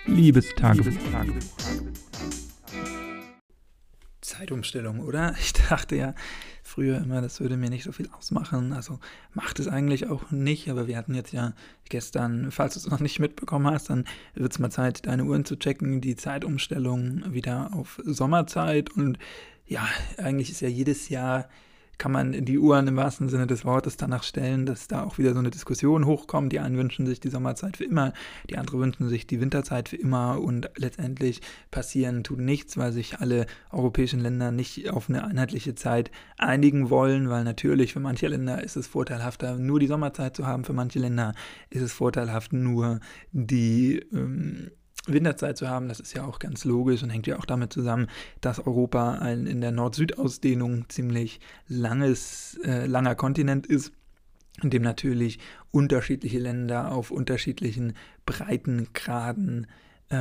Liebestagebuch. Zeitumstellung, oder? Ich dachte ja früher immer, das würde mir nicht so viel ausmachen. Also macht es eigentlich auch nicht, aber wir hatten jetzt ja gestern, falls du es noch nicht mitbekommen hast, dann wird es mal Zeit, deine Uhren zu checken, die Zeitumstellung wieder auf Sommerzeit. Und ja, eigentlich ist ja jedes Jahr, kann man die Uhren im wahrsten Sinne des Wortes danach stellen, dass da auch wieder so eine Diskussion hochkommt. Die einen wünschen sich die Sommerzeit für immer, die anderen wünschen sich die Winterzeit für immer und letztendlich passieren tut nichts, weil sich alle europäischen Länder nicht auf eine einheitliche Zeit einigen wollen, weil natürlich für manche Länder ist es vorteilhafter, nur die Sommerzeit zu haben, für manche Länder ist es vorteilhaft, nur die Winterzeit zu haben. Das ist ja auch ganz logisch und hängt ja auch damit zusammen, dass Europa ein in der Nord-Süd-Ausdehnung ziemlich langer Kontinent ist, in dem natürlich unterschiedliche Länder auf unterschiedlichen Breitengraden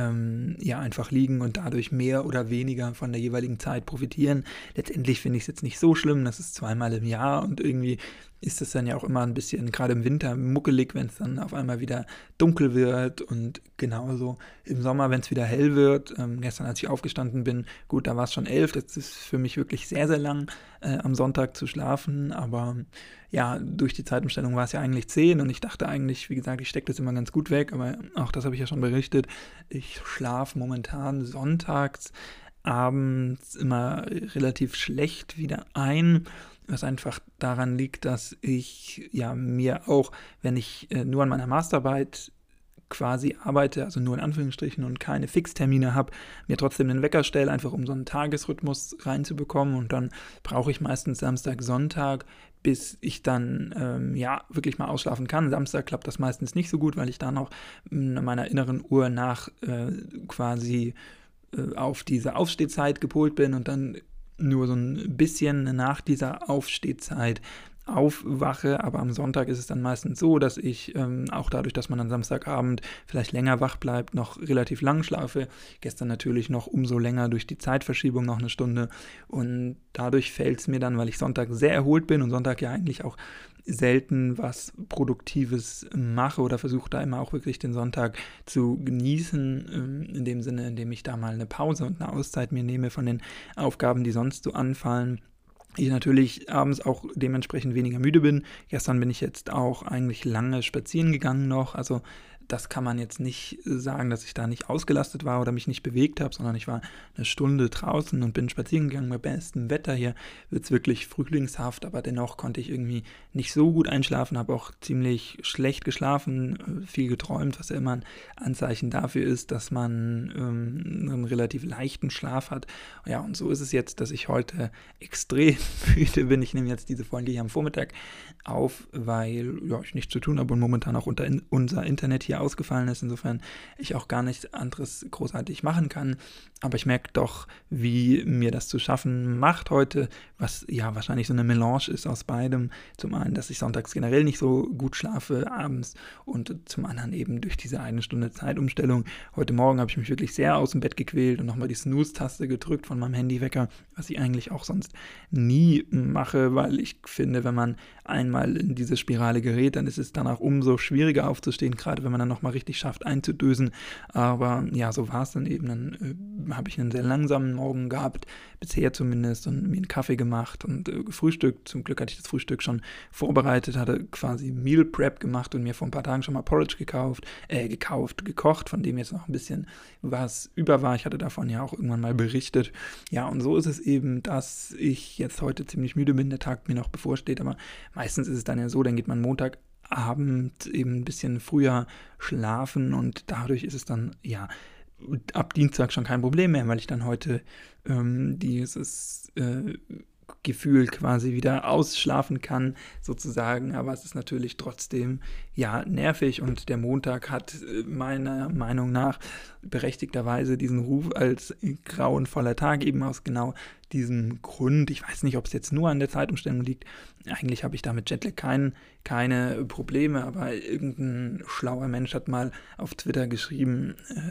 einfach liegen und dadurch mehr oder weniger von der jeweiligen Zeit profitieren. Letztendlich finde ich es jetzt nicht so schlimm, das ist zweimal im Jahr und irgendwie ist es dann ja auch immer ein bisschen, gerade im Winter, muckelig, wenn es dann auf einmal wieder dunkel wird und genauso im Sommer, wenn es wieder hell wird. Gestern, als ich aufgestanden bin, gut, da war es schon 11, das ist für mich wirklich sehr, sehr lang, am Sonntag zu schlafen, aber ja, durch die Zeitumstellung war es ja eigentlich 10 und ich dachte eigentlich, wie gesagt, ich stecke das immer ganz gut weg, aber auch das habe ich ja schon berichtet, ich schlafe momentan sonntags abends immer relativ schlecht wieder ein, was einfach daran liegt, dass ich ja mir auch, wenn ich nur an meiner Masterarbeit quasi arbeite, also nur in Anführungsstrichen und keine Fixtermine habe, mir trotzdem den Wecker stelle, einfach um so einen Tagesrhythmus reinzubekommen und dann brauche ich meistens Samstag, Sonntag, bis ich dann wirklich mal ausschlafen kann. Samstag klappt das meistens nicht so gut, weil ich da noch meiner inneren Uhr nach quasi auf diese Aufstehzeit gepolt bin und dann nur so ein bisschen nach dieser Aufstehzeit aufwache, aber am Sonntag ist es dann meistens so, dass ich auch dadurch, dass man am Samstagabend vielleicht länger wach bleibt, noch relativ lang schlafe. Gestern natürlich noch umso länger durch die Zeitverschiebung noch eine Stunde und dadurch fällt es mir dann, weil ich Sonntag sehr erholt bin und Sonntag ja eigentlich auch selten was Produktives mache oder versuche da immer auch wirklich den Sonntag zu genießen, in dem Sinne, indem ich da mal eine Pause und eine Auszeit mir nehme von den Aufgaben, die sonst so anfallen. Ich natürlich abends auch dementsprechend weniger müde bin. Gestern bin ich jetzt auch eigentlich lange spazieren gegangen noch, also das kann man jetzt nicht sagen, dass ich da nicht ausgelastet war oder mich nicht bewegt habe, sondern ich war eine Stunde draußen und bin spazieren gegangen bei bestem Wetter. Hier wird es wirklich frühlingshaft, aber dennoch konnte ich irgendwie nicht so gut einschlafen, habe auch ziemlich schlecht geschlafen, viel geträumt, was ja immer ein Anzeichen dafür ist, dass man einen relativ leichten Schlaf hat. Ja, und so ist es jetzt, dass ich heute extrem müde bin. Ich nehme jetzt diese Folge hier am Vormittag auf, weil ich nichts zu tun habe und momentan auch unser Internet hier ausgefallen ist, insofern ich auch gar nichts anderes großartig machen kann, aber ich merke doch, wie mir das zu schaffen macht heute, was ja wahrscheinlich so eine Melange ist aus beidem, zum einen, dass ich sonntags generell nicht so gut schlafe abends und zum anderen eben durch diese eine Stunde Zeitumstellung. Heute Morgen habe ich mich wirklich sehr aus dem Bett gequält und nochmal die Snooze-Taste gedrückt von meinem Handywecker, was ich eigentlich auch sonst nie mache, weil ich finde, wenn man einmal in diese Spirale gerät, dann ist es danach umso schwieriger aufzustehen, gerade wenn man dann nochmal richtig schafft einzudösen, aber ja, so war es dann eben, dann habe ich einen sehr langsamen Morgen gehabt, bisher zumindest, und mir einen Kaffee gemacht und gefrühstückt, zum Glück hatte ich das Frühstück schon vorbereitet, hatte quasi Meal Prep gemacht und mir vor ein paar Tagen schon mal Porridge gekocht, von dem jetzt noch ein bisschen was über war, ich hatte davon ja auch irgendwann mal berichtet, ja, und so ist es eben, dass ich jetzt heute ziemlich müde bin, der Tag mir noch bevorsteht, aber meistens ist es dann ja so, dann geht man Montagabend eben ein bisschen früher schlafen und dadurch ist es dann, ja, ab Dienstag schon kein Problem mehr, weil ich dann heute dieses Gefühl quasi wieder ausschlafen kann, sozusagen, aber es ist natürlich trotzdem, ja, nervig und der Montag hat meiner Meinung nach berechtigterweise diesen Ruf als grauenvoller Tag, eben aus genau diesem Grund, ich weiß nicht, ob es jetzt nur an der Zeitumstellung liegt, eigentlich habe ich da mit Jetlag keine Probleme, aber irgendein schlauer Mensch hat mal auf Twitter geschrieben,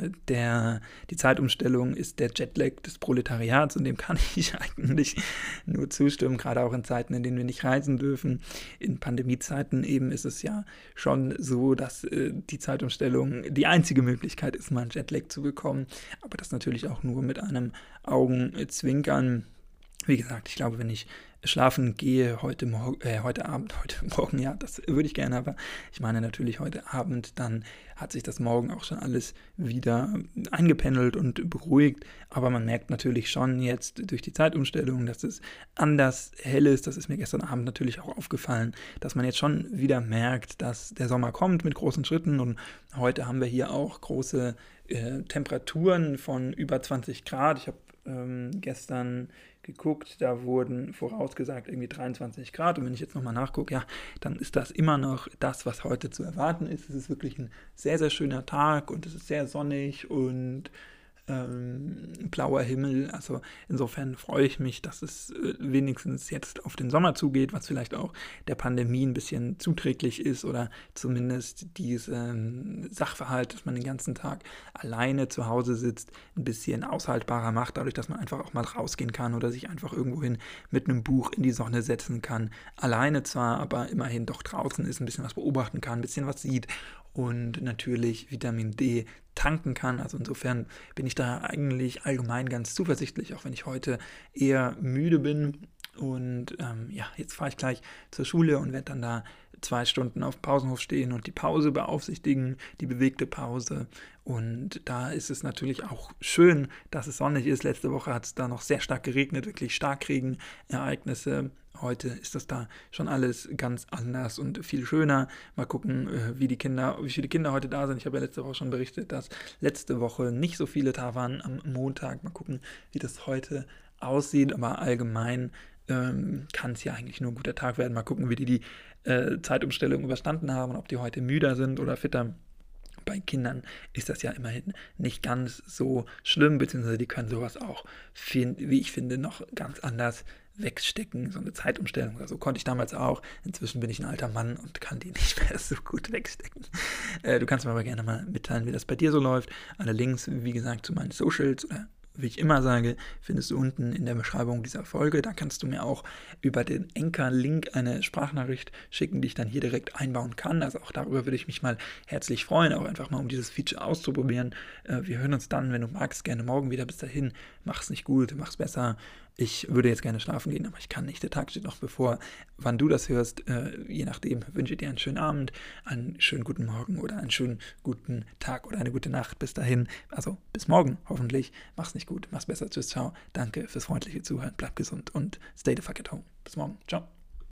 die Zeitumstellung ist der Jetlag des Proletariats, und dem kann ich eigentlich nur zustimmen, gerade auch in Zeiten, in denen wir nicht reisen dürfen. In Pandemiezeiten eben ist es ja schon so, dass die Zeitumstellung die einzige Möglichkeit ist, mal einen Jetlag zu bekommen, aber das natürlich auch nur mit einem Augenzwinkern. Wie gesagt, ich glaube, wenn ich schlafen gehe heute Morgen, ja, das würde ich gerne, aber ich meine natürlich heute Abend, dann hat sich das morgen auch schon alles wieder eingependelt und beruhigt, aber man merkt natürlich schon jetzt durch die Zeitumstellung, dass es anders hell ist. Das ist mir gestern Abend natürlich auch aufgefallen, dass man jetzt schon wieder merkt, dass der Sommer kommt mit großen Schritten, und heute haben wir hier auch große Temperaturen von über 20 Grad. Ich habe gestern geguckt, da wurden vorausgesagt irgendwie 23 Grad, und wenn ich jetzt nochmal nachgucke, ja, dann ist das immer noch das, was heute zu erwarten ist. Es ist wirklich ein sehr, sehr schöner Tag und es ist sehr sonnig und blauer Himmel, also insofern freue ich mich, dass es wenigstens jetzt auf den Sommer zugeht, was vielleicht auch der Pandemie ein bisschen zuträglich ist, oder zumindest diesen Sachverhalt, dass man den ganzen Tag alleine zu Hause sitzt, ein bisschen aushaltbarer macht, dadurch, dass man einfach auch mal rausgehen kann oder sich einfach irgendwohin mit einem Buch in die Sonne setzen kann. Alleine zwar, aber immerhin doch draußen ist, ein bisschen was beobachten kann, ein bisschen was sieht und natürlich Vitamin D tanken kann. Also insofern bin ich da eigentlich allgemein ganz zuversichtlich, auch wenn ich heute eher müde bin. Und jetzt fahre ich gleich zur Schule und werde dann da 2 Stunden auf dem Pausenhof stehen und die Pause beaufsichtigen, die bewegte Pause. Und da ist es natürlich auch schön, dass es sonnig ist. Letzte Woche hat es da noch sehr stark geregnet, wirklich Starkregenereignisse. Heute ist das da schon alles ganz anders und viel schöner. Mal gucken, wie viele Kinder heute da sind. Ich habe ja letzte Woche schon berichtet, dass letzte Woche nicht so viele da waren am Montag. Mal gucken, wie das heute aussieht. Aber allgemein kann es ja eigentlich nur ein guter Tag werden. Mal gucken, wie die Zeitumstellung überstanden haben und ob die heute müder sind oder fitter. Bei Kindern ist das ja immerhin nicht ganz so schlimm, beziehungsweise die können sowas auch, wie ich finde, noch ganz anders wegstecken. So eine Zeitumstellung oder so konnte ich damals auch. Inzwischen bin ich ein alter Mann und kann die nicht mehr so gut wegstecken. Du kannst mir aber gerne mal mitteilen, wie das bei dir so läuft. Alle Links, wie gesagt, zu meinen Socials oder wie ich immer sage, findest du unten in der Beschreibung dieser Folge. Da kannst du mir auch über den Anchor-Link eine Sprachnachricht schicken, die ich dann hier direkt einbauen kann. Also auch darüber würde ich mich mal herzlich freuen, auch einfach mal, um dieses Feature auszuprobieren. Wir hören uns dann, wenn du magst, gerne morgen wieder. Bis dahin, mach's nicht gut, mach's besser. Ich würde jetzt gerne schlafen gehen, aber ich kann nicht. Der Tag steht noch bevor. Wann du das hörst, je nachdem, wünsche ich dir einen schönen Abend, einen schönen guten Morgen oder einen schönen guten Tag oder eine gute Nacht. Bis dahin, also bis morgen hoffentlich. Mach's nicht gut, mach's besser. Tschüss, ciao. Danke fürs freundliche Zuhören. Bleib gesund und stay the fuck at home. Bis morgen. Ciao.